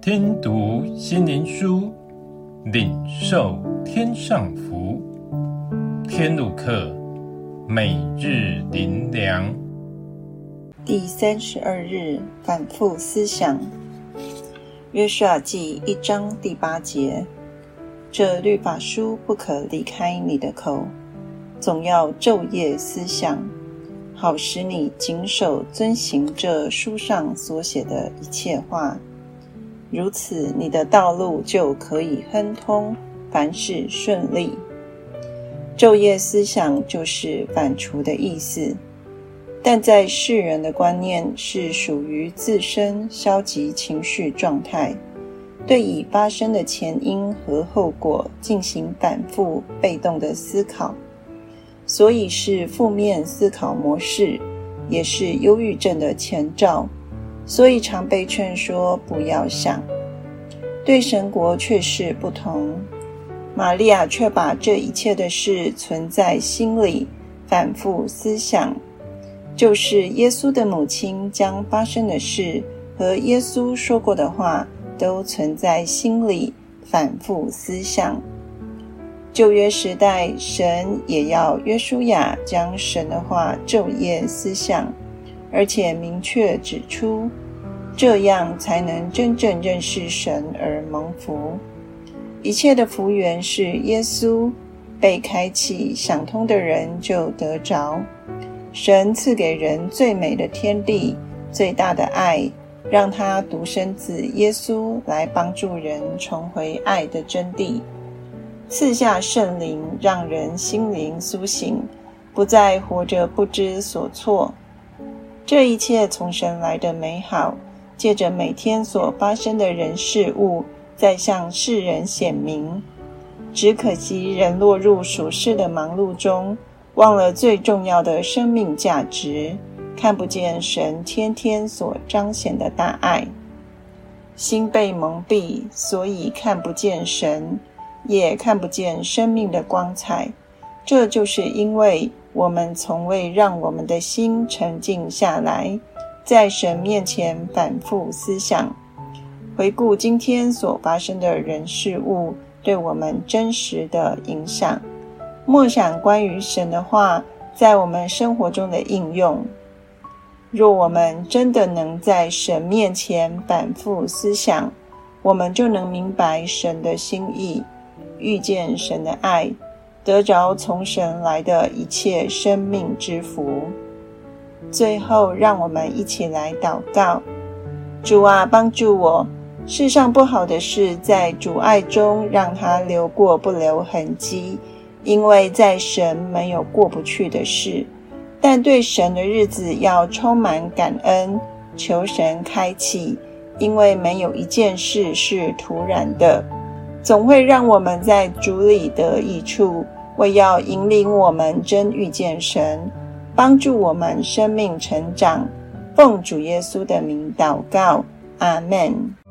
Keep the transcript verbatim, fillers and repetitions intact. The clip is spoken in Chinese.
听读心灵书，领受天上福。天路客，每日灵粮。 第三十二日，反复思想。约书亚记一章第八节，这律法书不可离开你的口，总要昼夜思想，好使你谨守遵行这书上所写的一切话。如此，你的道路就可以亨通，凡事顺利。昼夜思想就是反刍的意思，但在世人的观念是属于自身消极情绪状态，对已发生的前因和后果进行反复被动的思考，所以是负面思考模式，也是忧郁症的前兆，所以常被劝说不要想。对神国却是不同，玛利亚却把这一切的事存在心里，反复思想，就是耶稣的母亲将发生的事和耶稣说过的话都存在心里，反复思想。旧约时代，神也要约书亚将神的话昼夜思想，而且明确指出，这样才能真正认识神而蒙福。一切的福源是耶稣，被开启想通的人就得着。神赐给人最美的天地，最大的爱，让他独生子耶稣来帮助人重回爱的真谛，赐下圣灵，让人心灵苏醒，不再活着不知所措。这一切从神来的美好，借着每天所发生的人事物，再向世人显明。只可惜人落入属世的忙碌中，忘了最重要的生命价值，看不见神天天所彰显的大爱。心被蒙蔽，所以看不见神，也看不见生命的光彩。这就是因为我们从未让我们的心沉静下来，在神面前反复思想，回顾今天所发生的人事物对我们真实的影响，默想关于神的话在我们生活中的应用。若我们真的能在神面前反复思想，我们就能明白神的心意，遇见神的爱，得着从神来的一切生命之福。最后，让我们一起来祷告。主啊，帮助我，世上不好的事在主爱中让它流过不留痕迹，因为在神没有过不去的事。但对神的日子要充满感恩，求神开启，因为没有一件事是突然的，总会让我们在主里得益处，为要引领我们真遇见神，帮助我们生命成长。奉主耶稣的名祷告，阿们。